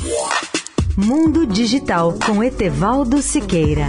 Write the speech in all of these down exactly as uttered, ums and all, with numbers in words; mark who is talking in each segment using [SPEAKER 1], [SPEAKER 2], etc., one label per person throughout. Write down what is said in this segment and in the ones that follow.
[SPEAKER 1] Mundo Digital com Etevaldo Siqueira.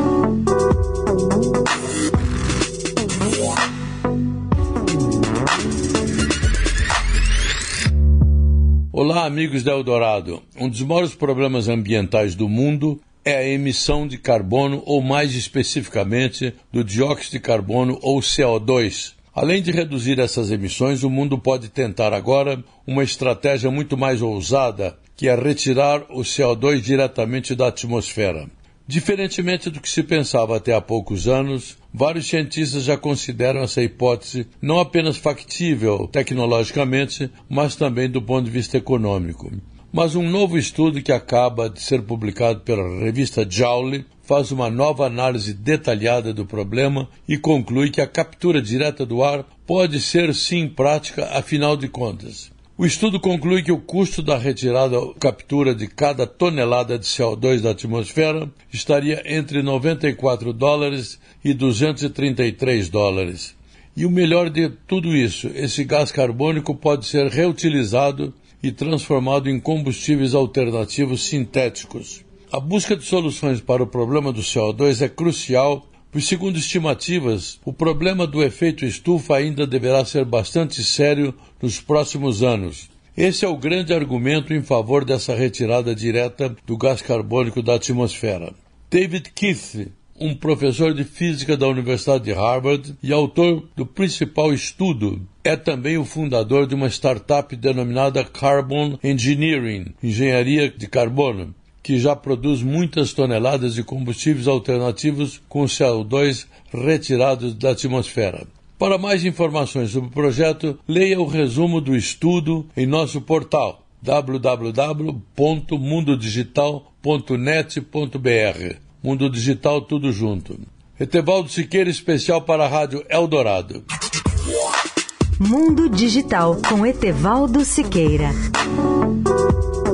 [SPEAKER 2] Olá, amigos da Eldorado. Um dos maiores problemas ambientais do mundo é a emissão de carbono, ou mais especificamente, do dióxido de carbono, ou C O dois. Além de reduzir essas emissões, o mundo pode tentar agora uma estratégia muito mais ousada, que é retirar o C O dois diretamente da atmosfera. Diferentemente do que se pensava até há poucos anos, vários cientistas já consideram essa hipótese não apenas factível tecnologicamente, mas também do ponto de vista econômico. Mas um novo estudo que acaba de ser publicado pela revista Joule faz uma nova análise detalhada do problema e conclui que a captura direta do ar pode ser sim prática, afinal de contas. O estudo conclui que o custo da retirada ou captura de cada tonelada de C O dois da atmosfera estaria entre noventa e quatro dólares e duzentos e trinta e três dólares. E o melhor de tudo isso, esse gás carbônico pode ser reutilizado e transformado em combustíveis alternativos sintéticos. A busca de soluções para o problema do C O dois é crucial, pois, segundo estimativas, o problema do efeito estufa ainda deverá ser bastante sério nos próximos anos. Esse é o grande argumento em favor dessa retirada direta do gás carbônico da atmosfera. David Keith, um professor de física da Universidade de Harvard e autor do principal estudo, é também o fundador de uma startup denominada Carbon Engineering, engenharia de carbono, que já produz muitas toneladas de combustíveis alternativos com C O dois retirados da atmosfera. Para mais informações sobre o projeto, leia o resumo do estudo em nosso portal w w w ponto mundo digital ponto net ponto b r. Mundo Digital tudo junto. Etevaldo Siqueira, especial para a Rádio Eldorado.
[SPEAKER 1] Mundo Digital com Etevaldo Siqueira.